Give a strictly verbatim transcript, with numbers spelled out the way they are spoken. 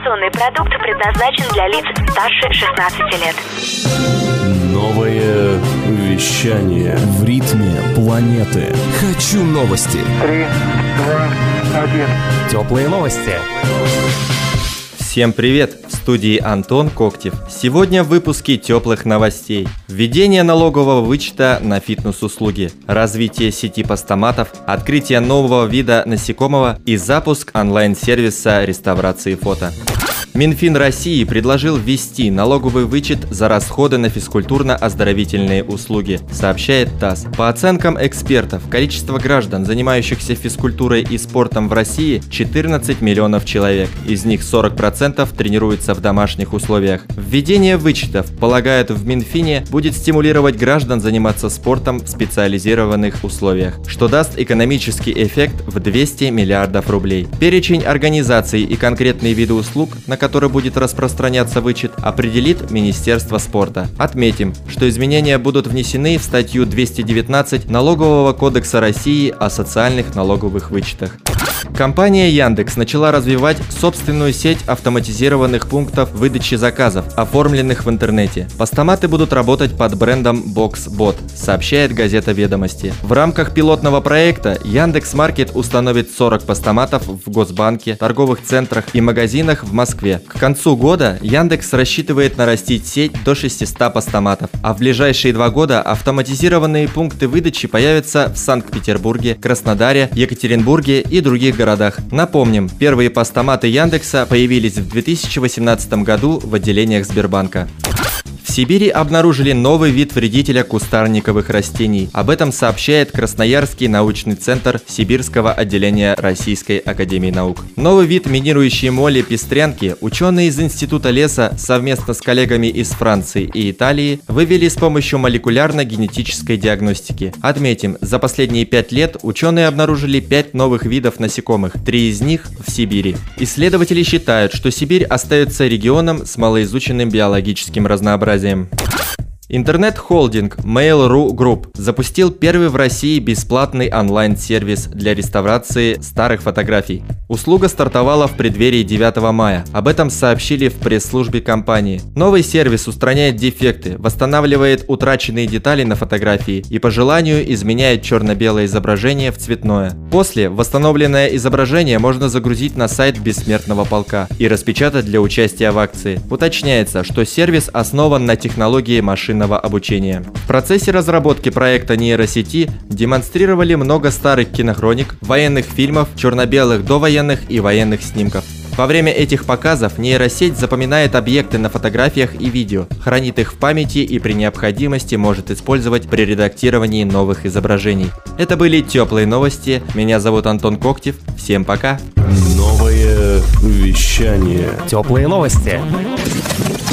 Информационный продукт предназначен для лиц старше шестнадцати лет. Новое вещание в ритме планеты. Хочу новости. Три, два, один. Теплые новости. Всем привет! В студии Антон Коктев. Сегодня в выпуске теплых новостей. Введение налогового вычета на фитнес-услуги, развитие сети постаматов, открытие нового вида насекомого и запуск онлайн-сервиса реставрации фото. Минфин России предложил ввести налоговый вычет за расходы на физкультурно-оздоровительные услуги, сообщает ТАСС. По оценкам экспертов, количество граждан, занимающихся физкультурой и спортом в России, четырнадцать миллионов человек. Из них сорок процентов тренируются в домашних условиях. Введение вычетов, полагают в Минфине, будет стимулировать граждан заниматься спортом в специализированных условиях, что даст экономический эффект в двести миллиардов рублей. Перечень организаций и конкретные виды услуг, на который будет распространяться вычет, определит Министерство спорта. Отметим, что изменения будут внесены в статью двести девятнадцать Налогового кодекса России о социальных налоговых вычетах. Компания Яндекс начала развивать собственную сеть автоматизированных пунктов выдачи заказов, оформленных в интернете. Постаматы будут работать под брендом BoxBot, сообщает газета «Ведомости». В рамках пилотного проекта Яндекс.Маркет установит сорок постаматов в Госбанке, торговых центрах и магазинах в Москве. К концу года Яндекс рассчитывает нарастить сеть до шестисот постаматов, а в ближайшие два года автоматизированные пункты выдачи появятся в Санкт-Петербурге, Краснодаре, Екатеринбурге и других городах. Напомним, первые постаматы Яндекса появились в две тысячи восемнадцатом году в отделениях Сбербанка. В Сибири обнаружили новый вид вредителя кустарниковых растений. Об этом сообщает Красноярский научный центр Сибирского отделения Российской академии наук. Новый вид минирующей моли пестрянки ученые из Института леса совместно с коллегами из Франции и Италии вывели с помощью молекулярно-генетической диагностики. Отметим, за последние пять лет ученые обнаружили пять новых видов насекомых, три из них в Сибири. Исследователи считают, что Сибирь остается регионом с малоизученным биологическим разнообразием. Интернет-холдинг Mail.ru Group запустил первый в России бесплатный онлайн-сервис для реставрации старых фотографий. Услуга стартовала в преддверии девятого мая. Об этом сообщили в пресс-службе компании. Новый сервис устраняет дефекты, восстанавливает утраченные детали на фотографии и по желанию изменяет черно-белое изображение в цветное. После восстановленное изображение можно загрузить на сайт Бессмертного полка и распечатать для участия в акции. Уточняется, что сервис основан на технологии машин обучения. В процессе разработки проекта нейросети демонстрировали много старых кинохроник, военных фильмов, черно-белых довоенных и военных снимков. Во время этих показов нейросеть запоминает объекты на фотографиях и видео, хранит их в памяти и при необходимости может использовать при редактировании новых изображений. Это были теплые новости. Меня зовут Антон Коктев. Всем пока. Новое вещание. Теплые новости.